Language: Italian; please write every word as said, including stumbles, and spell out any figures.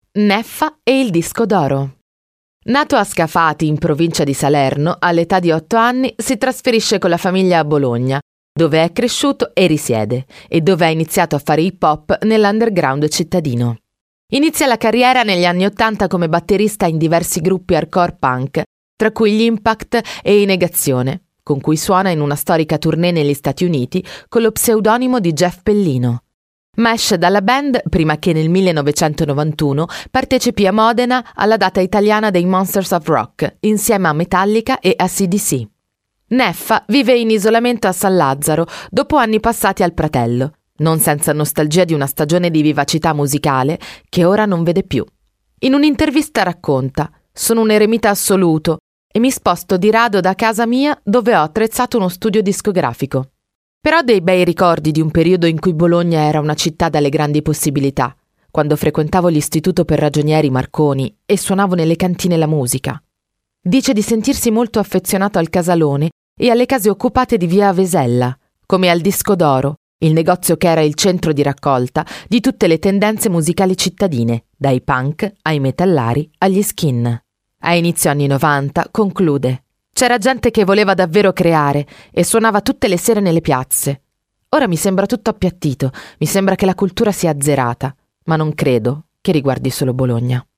Neffa e il disco d'oro. Nato a Scafati, in provincia di Salerno, all'età di otto anni si trasferisce con la famiglia a Bologna, dove è cresciuto e risiede, e dove ha iniziato a fare hip hop nell'underground cittadino. Inizia la carriera negli anni ottanta come batterista in diversi gruppi hardcore punk, tra cui gli Impact e i Negazione, con cui suona in una storica tournée negli Stati Uniti con lo pseudonimo di Jeff Pellino. Ma esce dalla band prima che nel millenovecentonovantuno partecipi a Modena alla data italiana dei Monsters of Rock, insieme a Metallica e a C D C. Neffa vive in isolamento a San Lazzaro dopo anni passati al Pratello, non senza nostalgia di una stagione di vivacità musicale che ora non vede più. In un'intervista racconta: «Sono un eremita assoluto e mi sposto di rado da casa mia dove ho attrezzato uno studio discografico. Però ho dei bei ricordi di un periodo in cui Bologna era una città dalle grandi possibilità, quando frequentavo l'istituto per ragionieri Marconi e suonavo nelle cantine la musica». Dice di sentirsi molto affezionato al Casalone e alle case occupate di via Vesella, come al Disco d'Oro, il negozio che era il centro di raccolta di tutte le tendenze musicali cittadine, dai punk ai metallari agli skin. A inizio anni novanta conclude: «C'era gente che voleva davvero creare e suonava tutte le sere nelle piazze. Ora mi sembra tutto appiattito, mi sembra che la cultura sia azzerata, ma non credo che riguardi solo Bologna».